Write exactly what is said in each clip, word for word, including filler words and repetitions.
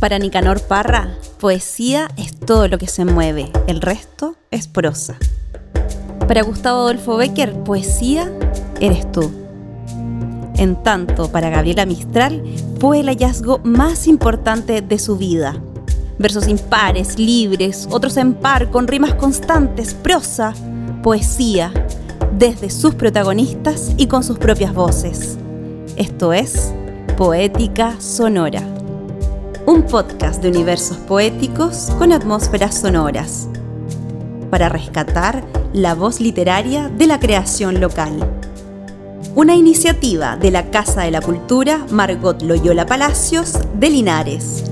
Para Nicanor Parra, poesía es todo lo que se mueve, el resto es prosa. Para Gustavo Adolfo Bécquer, poesía eres tú. En tanto, para Gabriela Mistral, fue el hallazgo más importante de su vida. Versos impares, libres, otros en par, con rimas constantes, prosa, poesía, desde sus protagonistas y con sus propias voces. Esto es Poética Sonora, un podcast de universos poéticos con atmósferas sonoras, para rescatar la voz literaria de la creación local. Una iniciativa de la Casa de la Cultura Margot Loyola Palacios de Linares.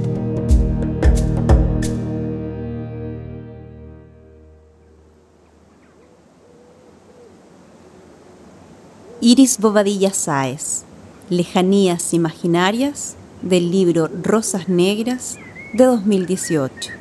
Iris Bobadilla Sáez, Lejanías Imaginarias, del libro Rosas Negras de dos mil dieciocho.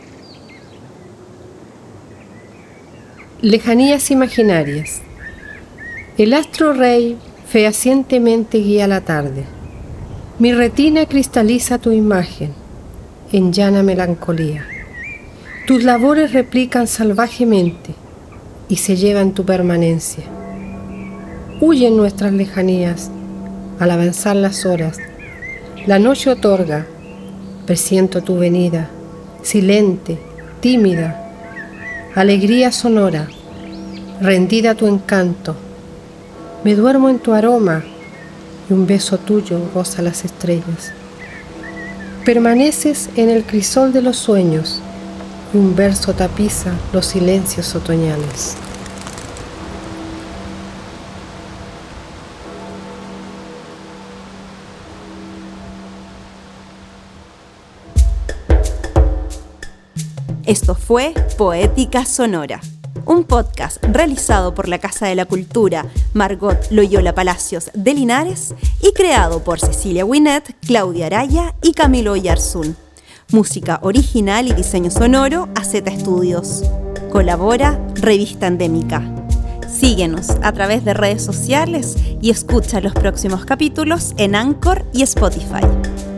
Lejanías Imaginarias. El astro rey fehacientemente guía la tarde. Mi retina cristaliza tu imagen en llana melancolía. Tus labores replican salvajemente y se llevan tu permanencia. Huyen nuestras lejanías al avanzar las horas. La noche otorga, presiento tu venida, silente, tímida, alegría sonora, rendida a tu encanto. Me duermo en tu aroma y un beso tuyo roza las estrellas. Permaneces en el crisol de los sueños y un verso tapiza los silencios otoñales. Esto fue Poética Sonora, un podcast realizado por la Casa de la Cultura Margot Loyola Palacios de Linares y creado por Cecilia Winnet, Claudia Araya y Camilo Oyarzún. Música original y diseño sonoro A Z Estudios. Colabora Revista Endémica. Síguenos a través de redes sociales y escucha los próximos capítulos en Anchor y Spotify.